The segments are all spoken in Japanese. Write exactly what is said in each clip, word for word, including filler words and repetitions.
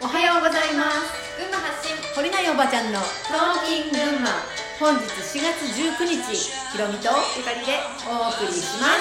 おはようございます。 群馬発信懲りないおばちゃんのトーキン群馬。本日しがつじゅうくにち、ひろみとゆかりでお送りします。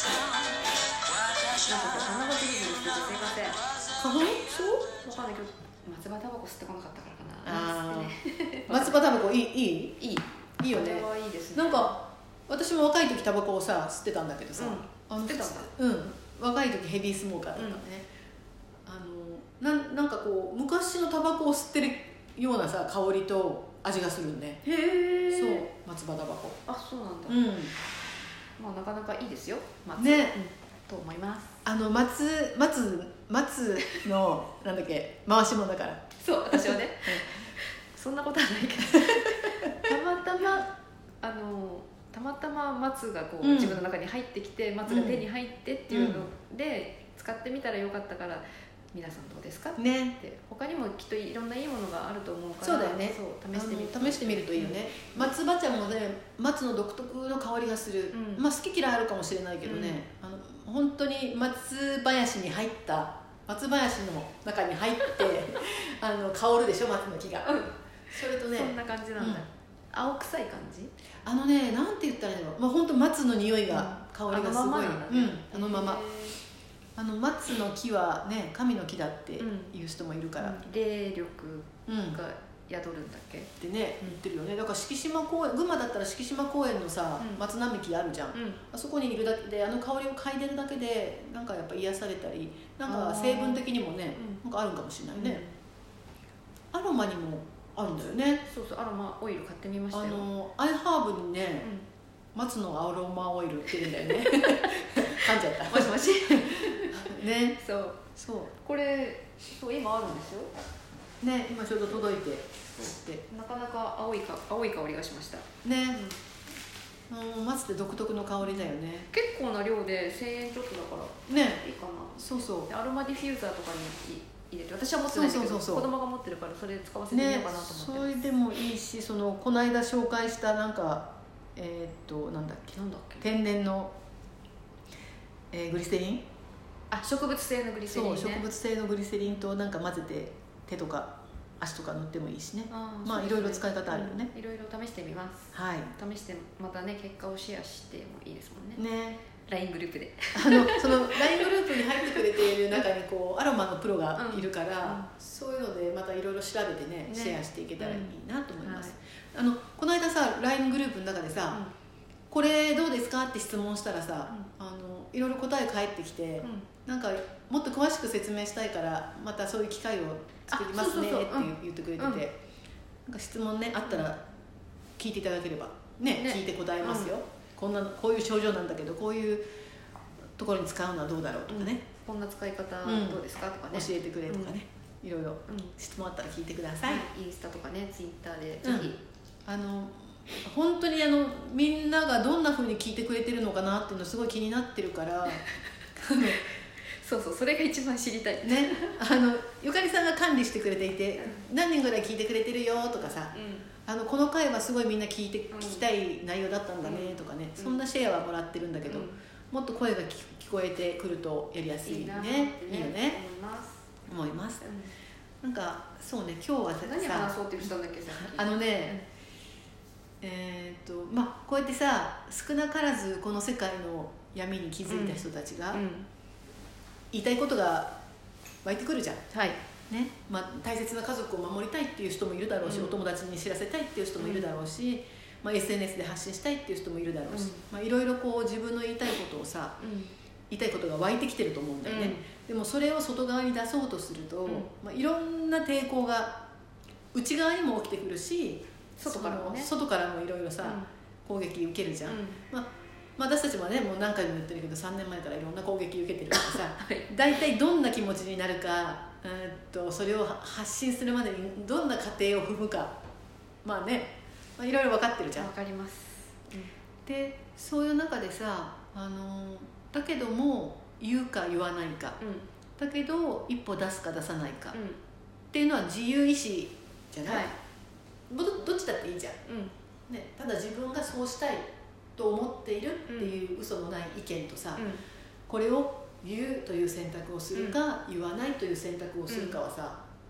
なんか鼻がズルズルしててすいません。 花粉症？ わかんないけど松葉タバコ吸ってこなかったからかな。 あー、松葉タバコいい？いい？ いいいいよね。 これはいいですね。 なんか私も若い時タバコをさ吸ってたんだけどさ、 うん、 あの吸ってたんだ。 うん若い時ヘビースモーカーだったのね、うん、あの な, なんかこう昔のタバコを吸ってるようなさ香りと味がするんで、 へえ。 そう松葉タバコ。 あ、そうなんだ。 うん、 まあなかなかいいですよ。松ね、 うん、と思います。 あの松松松のなんだっけ回し物だから。 そう私はね。そんなことはないけど。たまたまあの。たまたま松がこう、うん、自分の中に入ってきて松が手に入ってっていうので、うん、使ってみたらよかったから皆さんどうですかねって他にもきっといろんないいものがあると思うからそうだよね。 そう試してみる試してみるといいよね、うん、松葉茶もね松の独特の香りがする、うん、まあ好き嫌いあるかもしれないけどね、うん、あの本当に松林に入った松林の中に入ってあの香るでしょ松の木が、うん、それとねそんな感じなんだ、うん青臭い感じあのねなんて言ったらいいの、まあ、本当松の匂いが、うん、香りがすごい、あのまま、あの松の木はね神の木だっていう人もいるから、うん、 霊力が宿るんだっけ、 ってね言ってるよね。だから敷島公園群馬だったら敷島公園のさ、うん、松並木あるじゃん、うん、あそこにいるだけであの香りを嗅いでるだけでなんかやっぱ癒されたりなんか成分的にもね、うん、なんかあるかもしれないね、うん、アロマにもあるんだよね。 そうそうアロマオイル買ってみましたよ。 あのアイハーブにね、うん、松のアロマオイル売ってるんだよね。噛んじゃった。 もしもし。 ね。 そうそうこれそう今あるんですよ。 ね今ちょうど届いて。 なかなか青いか青い香りがしました。 ね。うん、松って独特の香りだよね。 結構な量でせんえんちょっとだからねいいかな。 そうそう。 アロマディフューザーとかに入れて私は持ってないんだけど子供が持ってるからそれ使わせてみようかなと思って、 ね、それでもいいしそのこの間紹介したなんかえー、っとなんだっけなんだっけ天然の、えー、グリセリンあ植物性のグリセリンね。 そう植物性のグリセリンとなんか混ぜて手とか足とか塗ってもいいしね。あまあ、ね、いろいろ使い方あるよね、 うん、いろいろ試してみます。 はい試してまたね結果をシェアしてもいいですもんね。 ねライン グループであのその ライン グループに入ってくれている中にこうアロマのプロがいるから、うんうん、そういうのでまたいろいろ調べて ね, ねシェアしていけたらいいなと思います、うんはい、あのこの間さ ライン グループの中でさ、うん、これどうですかって質問したらさ、うん、あのいろいろ答え返ってきて、うん、なんかもっと詳しく説明したいからまたそういう機会を作りますねって言ってくれてて、うん、なんか質問ねあったら聞いていただければ ね, ね聞いて答えますよ、こんなこういう症状なんだけどこういうところに使うのはどうだろうとかね、 うん、こんな使い方どうですか、うん、とかね教えてくれとかね、うん、いろいろ質問あったら聞いてください、 うん、インスタとかねツイッターでぜひ、 うん、あの本当にあのみんながどんな風に聞いてくれてるのかなっていうのすごい気になってるからそうそうそれが一番知りたいね。あのゆかりさんが管理してくれていて、うん、何人ぐらい聞いてくれてるよとかさ、うんあのこの回はすごいみんな聞いて、うん、聞きたい内容だったんだねとかね、うん、そんなシェアはもらってるんだけど、うん、もっと声が聞こえてくるとやりやすいね。いいね、いいよね思います思います、うん、なんかそうね今日はさ何話そうって言ったんだっけさあのね、うん、えー、っとまあこうやってさ少なからずこの世界の闇に気づいた人たちが、うん、言いたいことが湧いてくるじゃん。 はいねまあ、大切な家族を守りたいっていう人もいるだろうし、うん、お友達に知らせたいっていう人もいるだろうし、うんまあ、エスエヌエス で発信したいっていう人もいるだろうし、うんまあ、いろいろこう自分の言いたいことをさ、うん、言いたいことが湧いてきてると思うんだよね、うん、でもそれを外側に出そうとすると、うんまあ、いろんな抵抗が内側にも起きてくるし外からもね外からもいろいろさ、うん、攻撃受けるじゃん、うんまあまあ、私たちもねもう何回も言ってるけどさんねんまえからいろんな攻撃受けてるからさ、はい、大体どんな気持ちになるかうんとそれを発信するまでにどんな過程を踏むかまあね、まあ、いろいろ分かってるじゃん。 分かります、 うん、でそういう中でさあのだけども言うか言わないか、うん、だけど一歩出すか出さないか、うん、っていうのは自由意志じゃない、はい、ど, どっちだっていいじゃん、うんね、ただ自分がそうしたいと思っているっていう嘘のない意見とさ、うん、これを言うという選択をするか、うん、言わないという選択をするかはさ、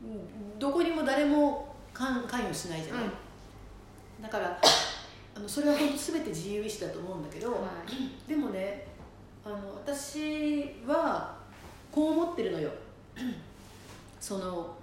どこにも誰も関関与しないじゃない、うん、だからあのそれは本当全て自由意志だと思うんだけど、はい、でもねあの私はこう思ってるのよその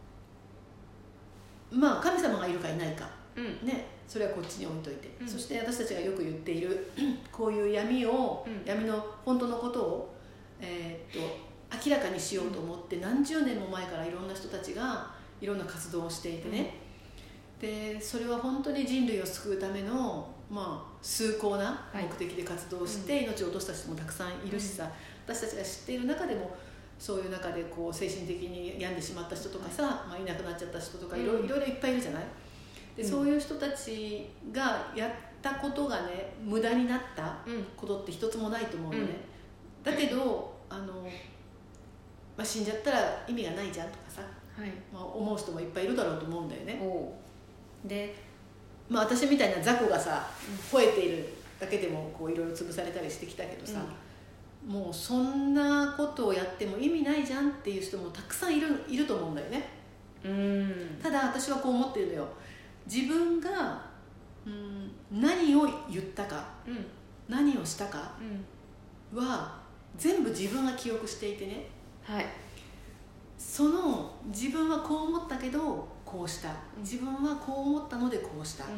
まあ神様がいるかいないか、うん、ね、それはこっちに置いといて、うん、そして私たちがよく言っているこういう闇を、うん、闇の本当のことを、えー、っと明らかにしようと思って何十年も前からいろんな人たちがいろんな活動をしていてね、うん、でそれは本当に人類を救うための、まあ、崇高な目的で活動して、はい、命を落とした人もたくさんいるしさ、うん、私たちが知っている中でもそういう中でこう精神的に病んでしまった人とかさ、はいまあ、いなくなっちゃった人とかいろいろいっぱいいるじゃない。で、うん、そういう人たちがやったことがね無駄になったことって一つもないと思うのね、うん、だけどあの、まあ、死んじゃったら意味がないじゃんとかさ、はいまあ、思う人もいっぱいいるだろうと思うんだよね。で、まあ、私みたいな雑魚がさ吠えているだけでもこういろいろ潰されたりしてきたけどさ、うん、もうそんなことをやっても意味ないじゃんっていう人もたくさんいる、いると思うんだよね。うんただ私はこう思ってるのよ。自分が、うん、何を言ったか、うん、何をしたかは全部自分が記憶していてね、はい、その自分はこう思ったけどこうした、自分はこう思ったのでこうした、うん、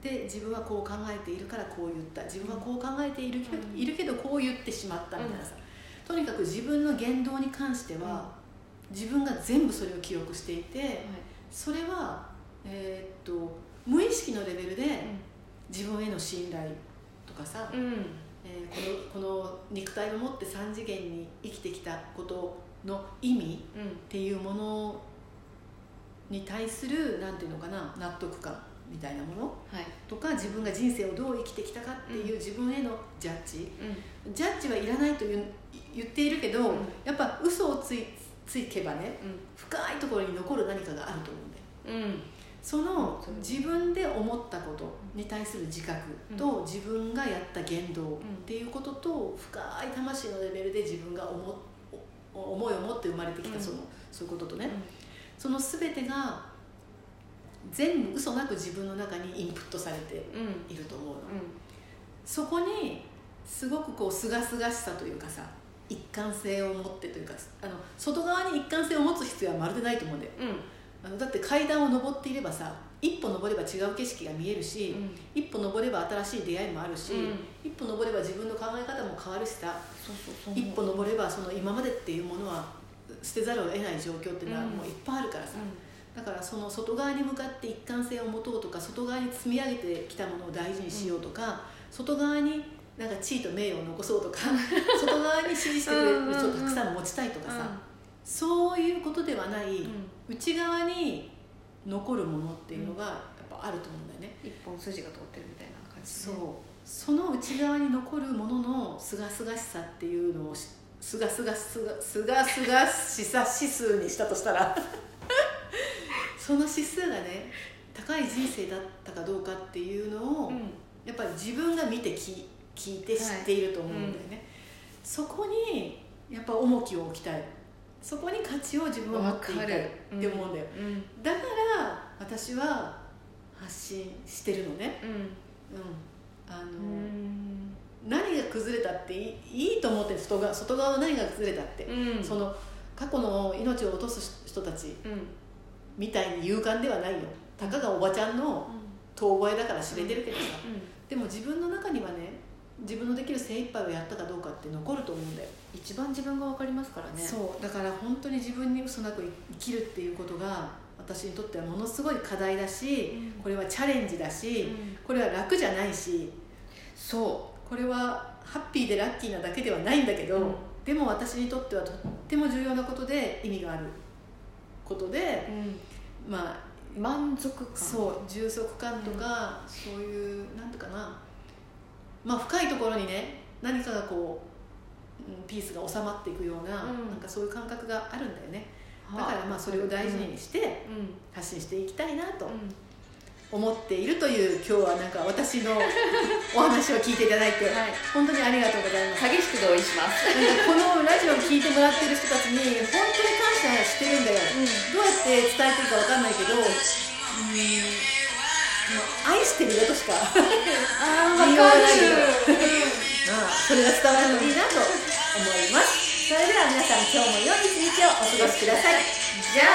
で自分はこう考えているからこう言った、自分はこう考えている、うん、いるけどこう言ってしまったみたいなさ、うん、とにかく自分の言動に関しては、うん、自分が全部それを記憶していて、はい、それはえー、っと無意識のレベルで自分への信頼とかさ、うんえー、この、この肉体を持って三次元に生きてきたことの意味っていうものに対するなんていうのかな納得感みたいなもの、はい、とか自分が人生をどう生きてきたかっていう自分へのジャッジ、うん、ジャッジはいらないという言っているけど、うん、やっぱ嘘をつい、ついけばね、うん、深いところに残る何かがあると思うんだよ、うんその自分で思ったことに対する自覚と自分がやった言動っていうことと深い魂のレベルで自分が 思, 思いを持って生まれてきたその、そういうこととね、その全てが全部嘘なく自分の中にインプットされていると思うの、そこにすごくこう清々しさというかさ一貫性を持ってというかあの外側に一貫性を持つ必要はまるでないと思うんだよ、うんあのだって階段を上っていればさ一歩登れば違う景色が見えるし、うん、一歩登れば新しい出会いもあるし、うん、一歩登れば自分の考え方も変わるしさそうそうそう一歩登ればその今までっていうものは捨てざるを得ない状況っていうのはもういっぱいあるからさ、うん、だからその外側に向かって一貫性を持とうとか外側に積み上げてきたものを大事にしようとか、うん、外側になんか地位と名誉を残そうとか外側に支持してくれる人をたくさん持ちたいとかさ、うんうんうん、そういうことではない、うん内側に残るものっていうのがやっぱあると思うんだよね、 うん、一本筋が通ってるみたいな感じで、 そうその内側に残るもののすがすがしさっていうのをすがすがすがすがすがしさ指数にしたとしたらその指数がね高い人生だったかどうかっていうのを、うん、やっぱり自分が見て聞いて知っていると思うんだよね、はいうん、そこにやっぱ重きを置きたいそこに価値を自分は持っていたいって思うんだよ、うんうん、だから私は発信してるのね、うんうん、あのうん何が崩れたってい い, いいと思って外側、外側の何が崩れたって、うん、その過去の命を落とす人たちみたいに勇敢ではないよたかがおばちゃんの遠吠えだから知れてるけどさ、うんうん、でも自分の中にはね自分のできる精一杯をやったかどうかって残ると思うんだよ一番自分が分かりますからねそうだから本当に自分に嘘なく生きるっていうことが私にとってはものすごい課題だし、うん、これはチャレンジだし、うん、これは楽じゃないしそうこれはハッピーでラッキーなだけではないんだけど、うん、でも私にとってはとっても重要なことで意味があることで、うん、まあ満足感そう充足感とか、うん、そういうなんていうかなまあ、深いところにね何かがこうピースが収まっていくような、うん、なんかそういう感覚があるんだよね、はあ、だからまあそれを大事にして発信していきたいなと思っているという今日はなんか私のお話を聞いていただいて、はい、本当にありがとうございます。 激しく同意しますなんかこのラジオを聞いてもらっている人たちに本当に感謝謝してるんだよ、うん、どうやって伝えてるかわかんないけど、うん、愛してるよとしかあ言いようがないけどまあそれが伝わるといいなと思います。それでは皆さん今日も良い一日をお過ごしください。じゃあ